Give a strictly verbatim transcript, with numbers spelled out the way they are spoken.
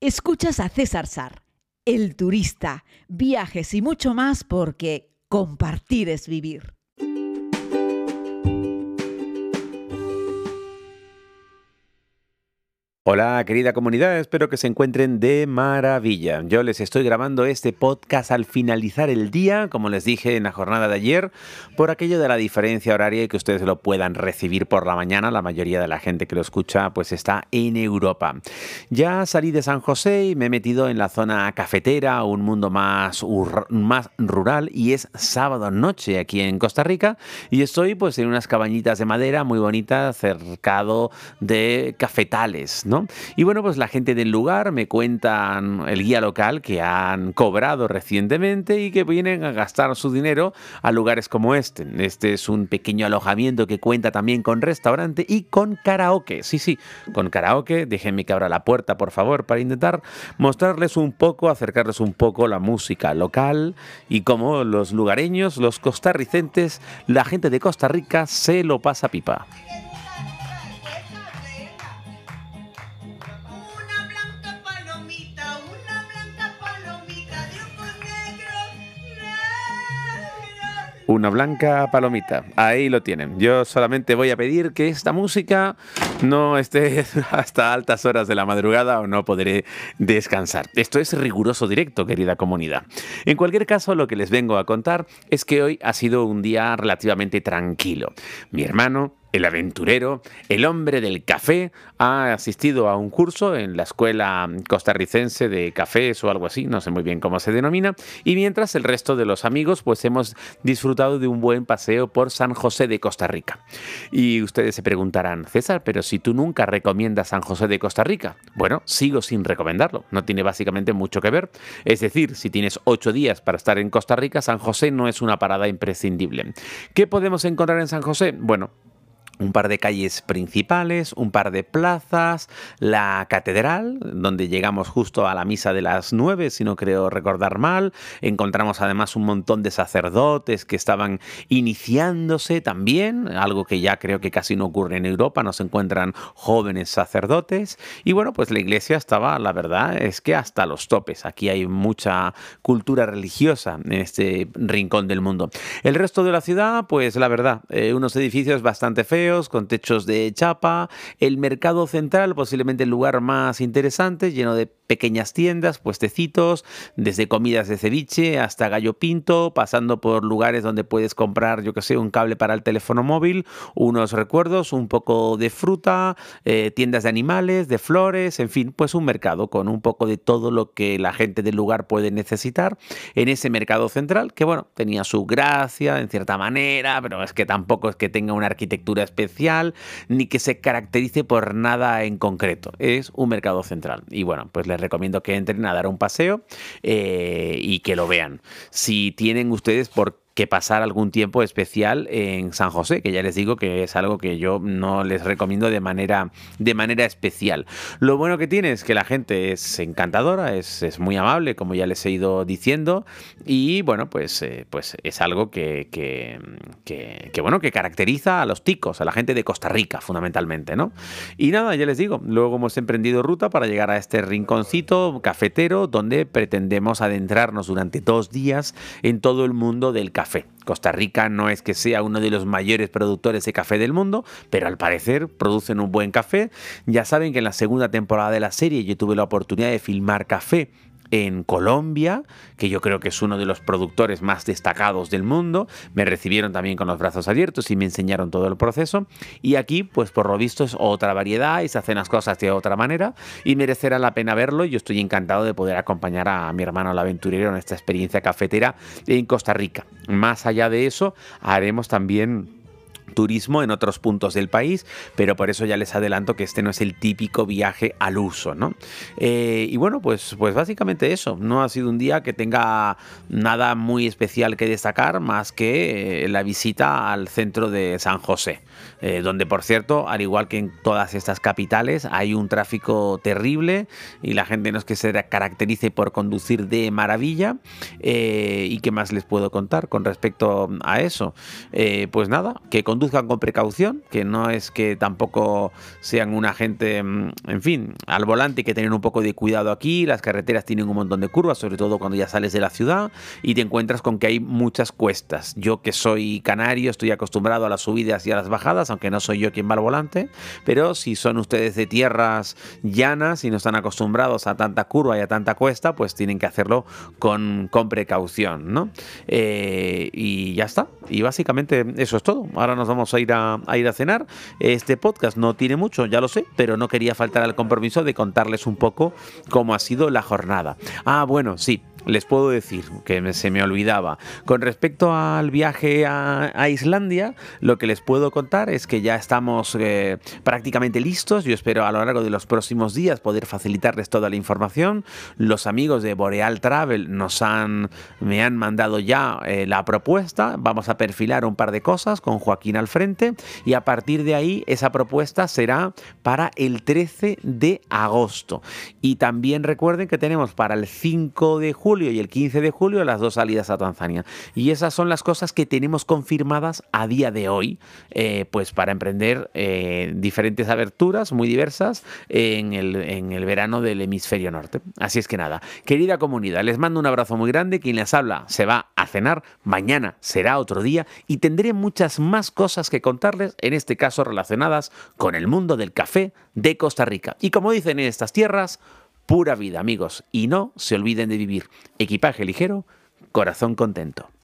Escuchas a César Sar, el turista, viajes y mucho más porque compartir es vivir. Hola querida comunidad, espero que se encuentren de maravilla. Yo les estoy grabando este podcast al finalizar el día, como les dije en la jornada de ayer, por aquello de la diferencia horaria y que ustedes lo puedan recibir por la mañana. La mayoría de la gente que lo escucha pues está en Europa. Ya salí de San José y me he metido en la zona cafetera, un mundo más, más rural, y es sábado noche aquí en Costa Rica y estoy pues en unas cabañitas de madera muy bonitas cercado de cafetales, ¿no? Y bueno, pues la gente del lugar me cuentan, el guía local, que han cobrado recientemente y que vienen a gastar su dinero a lugares como este. Este es un pequeño alojamiento que cuenta también con restaurante y con karaoke. Sí, sí, con karaoke. Déjenme que abra la puerta, por favor, para intentar mostrarles un poco, acercarles un poco la música local y cómo los lugareños, los costarricenses, la gente de Costa Rica se lo pasa pipa. Una blanca palomita, ahí lo tienen. Yo solamente voy a pedir que esta música no esté hasta altas horas de la madrugada o no podré descansar. Esto es riguroso directo, querida comunidad. En cualquier caso, lo que les vengo a contar es que hoy ha sido un día relativamente tranquilo. Mi hermano, el aventurero, el hombre del café, ha asistido a un curso en la Escuela Costarricense de Cafés o algo así, no sé muy bien cómo se denomina, y mientras el resto de los amigos pues hemos disfrutado de un buen paseo por San José de Costa Rica. Y ustedes se preguntarán, César, pero si tú nunca recomiendas San José de Costa Rica. Bueno, sigo sin recomendarlo, no tiene básicamente mucho que ver. Es decir, si tienes ocho días para estar en Costa Rica, San José no es una parada imprescindible. ¿Qué podemos encontrar en San José? Bueno, un par de calles principales, un par de plazas, la catedral, donde llegamos justo a la misa de las nueve, si no creo recordar mal. Encontramos además un montón de sacerdotes que estaban iniciándose también, algo que ya creo que casi no ocurre en Europa, no se encuentran jóvenes sacerdotes. Y bueno, pues la iglesia estaba, la verdad, es que hasta los topes. Aquí hay mucha cultura religiosa en este rincón del mundo. El resto de la ciudad, pues la verdad, eh, unos edificios bastante feos, con techos de chapa, el mercado central, posiblemente el lugar más interesante, lleno de pequeñas tiendas, puestecitos, desde comidas de ceviche hasta gallo pinto, pasando por lugares donde puedes comprar, yo que sé, un cable para el teléfono móvil, unos recuerdos, un poco de fruta, eh, tiendas de animales, de flores, en fin, pues un mercado con un poco de todo lo que la gente del lugar puede necesitar en ese mercado central, que bueno, tenía su gracia en cierta manera, pero es que tampoco es que tenga una arquitectura especial ni que se caracterice por nada en concreto. Es un mercado central y bueno, pues les recomiendo que entren a dar un paseo eh, y que lo vean. Si tienen ustedes por que pasar algún tiempo especial en San José, que ya les digo que es algo que yo no les recomiendo de manera, de manera especial. Lo bueno que tiene es que la gente es encantadora, es, es muy amable, como ya les he ido diciendo, y bueno, pues, eh, pues es algo que, que, que, que, bueno, que caracteriza a los ticos, a la gente de Costa Rica, fundamentalmente, ¿no? Y nada, ya les digo, luego hemos emprendido ruta para llegar a este rinconcito cafetero, donde pretendemos adentrarnos durante dos días en todo el mundo del café. Café. Costa Rica no es que sea uno de los mayores productores de café del mundo, pero al parecer producen un buen café. Ya saben que en la segunda temporada de la serie yo tuve la oportunidad de filmar café en Colombia, que yo creo que es uno de los productores más destacados del mundo. Me recibieron también con los brazos abiertos y me enseñaron todo el proceso. Y aquí, pues por lo visto, es otra variedad y se hacen las cosas de otra manera y merecerá la pena verlo. Yo estoy encantado de poder acompañar a mi hermano el aventurero en esta experiencia cafetera en Costa Rica. Más allá de eso, haremos también turismo en otros puntos del país, pero por eso ya les adelanto que este no es el típico viaje al uso, ¿no? Eh, y bueno, pues, pues básicamente eso. No ha sido un día que tenga nada muy especial que destacar, más que eh, la visita al centro de San José, eh, donde, por cierto, al igual que en todas estas capitales, hay un tráfico terrible y la gente no es que se caracterice por conducir de maravilla. Eh, ¿Y qué más les puedo contar con respecto a eso? Eh, pues nada, que conduzcan conduzcan con precaución, que no es que tampoco sean una gente, en fin, al volante, que tener un poco de cuidado aquí. Las carreteras tienen un montón de curvas, sobre todo cuando ya sales de la ciudad y te encuentras con que hay muchas cuestas. Yo, que soy canario, estoy acostumbrado a las subidas y a las bajadas, aunque no soy yo quien va al volante, pero si son ustedes de tierras llanas y no están acostumbrados a tanta curva y a tanta cuesta, pues tienen que hacerlo con, con precaución, ¿no? Eh, y ya está. Y básicamente eso es todo. Ahora nos vamos a ir a, a ir a cenar. Este podcast no tiene mucho, ya lo sé, pero no quería faltar al compromiso de contarles un poco cómo ha sido la jornada. Ah, bueno, sí. Les puedo decir, que me, se me olvidaba, con respecto al viaje a, a Islandia, lo que les puedo contar es que ya estamos eh, prácticamente listos. Yo espero a lo largo de los próximos días poder facilitarles toda la información. Los amigos de Boreal Travel nos han, me han mandado ya eh, la propuesta. Vamos a perfilar un par de cosas con Joaquín al frente y a partir de ahí esa propuesta será para el trece de agosto. Y también recuerden que tenemos para el cinco de julio y el quince de julio las dos salidas a Tanzania. Y esas son las cosas que tenemos confirmadas a día de hoy, eh, pues para emprender eh, diferentes aventuras muy diversas en el, en el verano del hemisferio norte. Así es que nada, querida comunidad, les mando un abrazo muy grande. Quien les habla se va a cenar. Mañana será otro día y tendré muchas más cosas que contarles, en este caso relacionadas con el mundo del café de Costa Rica. Y como dicen en estas tierras, pura vida, amigos, y no se olviden de vivir. Equipaje ligero, corazón contento.